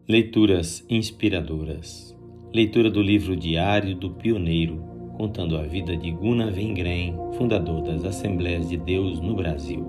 Leituras inspiradoras. Leitura do livro Diário do Pioneiro, contando a vida de Gunnar Wingren, fundador das Assembleias de Deus no Brasil.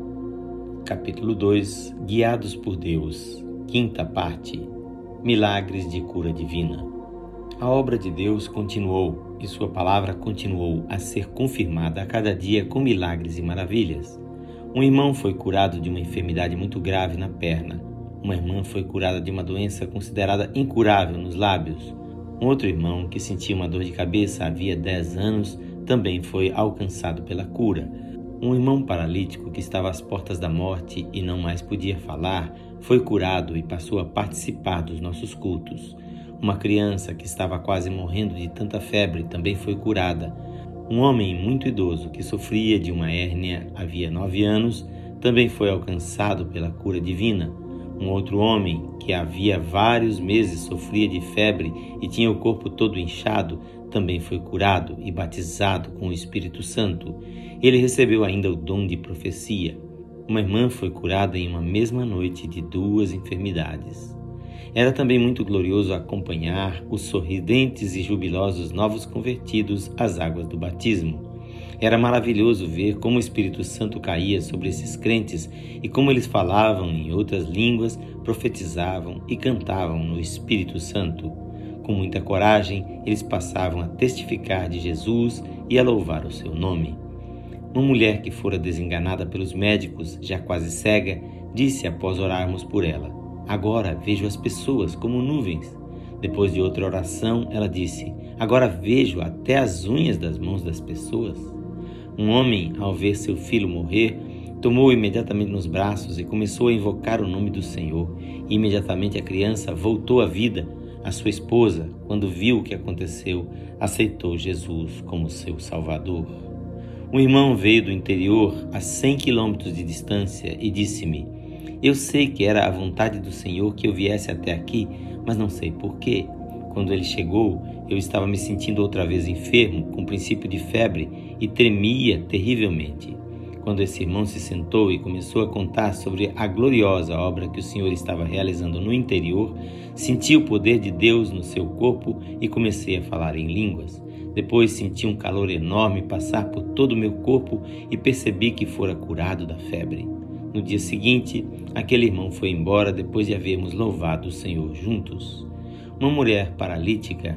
Capítulo 2. Guiados por Deus. Quinta parte. Milagres de cura divina. A obra de Deus continuou e sua palavra continuou a ser confirmada a cada dia com milagres e maravilhas. Um irmão foi curado de uma enfermidade muito grave na perna. Uma irmã foi curada de uma doença considerada incurável nos lábios. Um outro irmão, que sentia uma dor de cabeça havia 10 anos, também foi alcançado pela cura. Um irmão paralítico que estava às portas da morte e não mais podia falar, foi curado e passou a participar dos nossos cultos. Uma criança que estava quase morrendo de tanta febre também foi curada. Um homem muito idoso que sofria de uma hérnia havia 9 anos também foi alcançado pela cura divina. Um outro homem que havia vários meses sofria de febre e tinha o corpo todo inchado também foi curado e batizado com o Espírito Santo. Ele recebeu ainda o dom de profecia. Uma irmã foi curada em uma mesma noite de 2 enfermidades. Era também muito glorioso acompanhar os sorridentes e jubilosos novos convertidos às águas do batismo. Era maravilhoso ver como o Espírito Santo caía sobre esses crentes e como eles falavam em outras línguas, profetizavam e cantavam no Espírito Santo. Com muita coragem, eles passavam a testificar de Jesus e a louvar o seu nome. Uma mulher que fora desenganada pelos médicos, já quase cega, disse após orarmos por ela: "Agora vejo as pessoas como nuvens." Depois de outra oração, ela disse: "Agora vejo até as unhas das mãos das pessoas." Um homem, ao ver seu filho morrer, tomou-o imediatamente nos braços e começou a invocar o nome do Senhor. E imediatamente a criança voltou à vida. A sua esposa, quando viu o que aconteceu, aceitou Jesus como seu Salvador. Um irmão veio do interior, a 100 quilômetros de distância, e disse-me: "Eu sei que era a vontade do Senhor que eu viesse até aqui, mas não sei por quê. Quando ele chegou, eu estava me sentindo outra vez enfermo, com princípio de febre, e tremia terrivelmente." Quando esse irmão se sentou e começou a contar sobre a gloriosa obra que o Senhor estava realizando no interior, senti o poder de Deus no seu corpo e comecei a falar em línguas. Depois senti um calor enorme passar por todo o meu corpo e percebi que fora curado da febre. No dia seguinte, aquele irmão foi embora depois de havermos louvado o Senhor juntos. Uma mulher paralítica.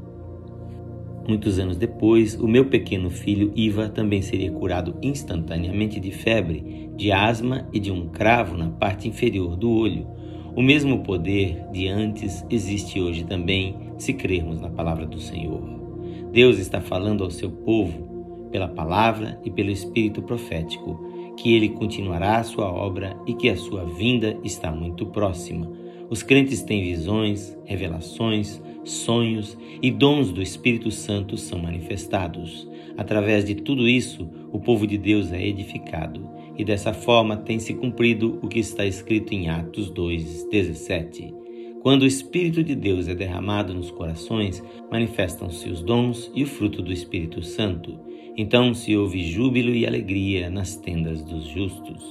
Muitos anos depois, o meu pequeno filho Iva também seria curado instantaneamente de febre, de asma e de um cravo na parte inferior do olho. O mesmo poder de antes existe hoje também, se crermos na palavra do Senhor. Deus está falando ao seu povo, pela palavra e pelo Espírito profético, que ele continuará a sua obra e que a sua vinda está muito próxima. Os crentes têm visões, revelações, sonhos e dons do Espírito Santo são manifestados. Através de tudo isso, o povo de Deus é edificado e dessa forma tem se cumprido o que está escrito em Atos 2:17. Quando o Espírito de Deus é derramado nos corações, manifestam-se os dons e o fruto do Espírito Santo. Então se ouve júbilo e alegria nas tendas dos justos.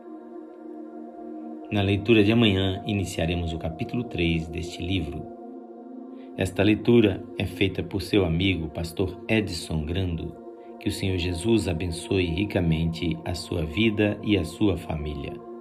Na leitura de amanhã, iniciaremos o capítulo 3 deste livro. Esta leitura é feita por seu amigo, pastor Edson Grando. Que o Senhor Jesus abençoe ricamente a sua vida e a sua família.